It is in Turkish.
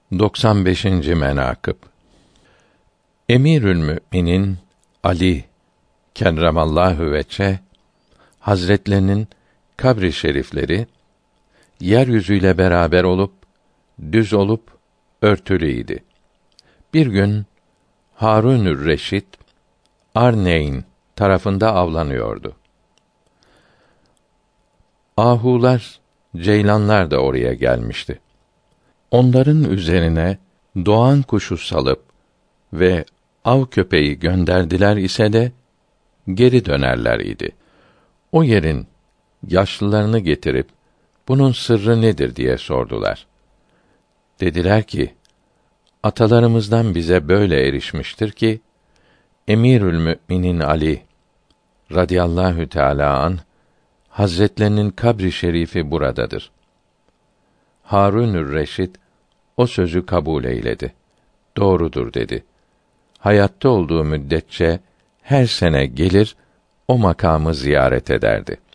95. menakıb Emirül Müminin Ali kerremallahu veçhe Hazretlerinin kabr-i şerifleri yeryüzüyle beraber olup düz olup örtülüydi. Bir gün Harunür Reşid Arneyn tarafında avlanıyordu. Ahular, ceylanlar da oraya gelmişti. Onların üzerine doğan kuşu salıp ve av köpeği gönderdiler ise de geri dönerler idi. O yerin yaşlılarını getirip bunun sırrı nedir diye sordular. Dediler ki, atalarımızdan bize böyle erişmiştir ki Emirül Müminin Ali radıyallahu teâlâ anh Hazretlerinin kabr-i şerifi buradadır. Harunür Reşid o sözü kabul eyledi. Doğrudur dedi. Hayatta olduğu müddetçe her sene gelir o makamı ziyaret ederdi.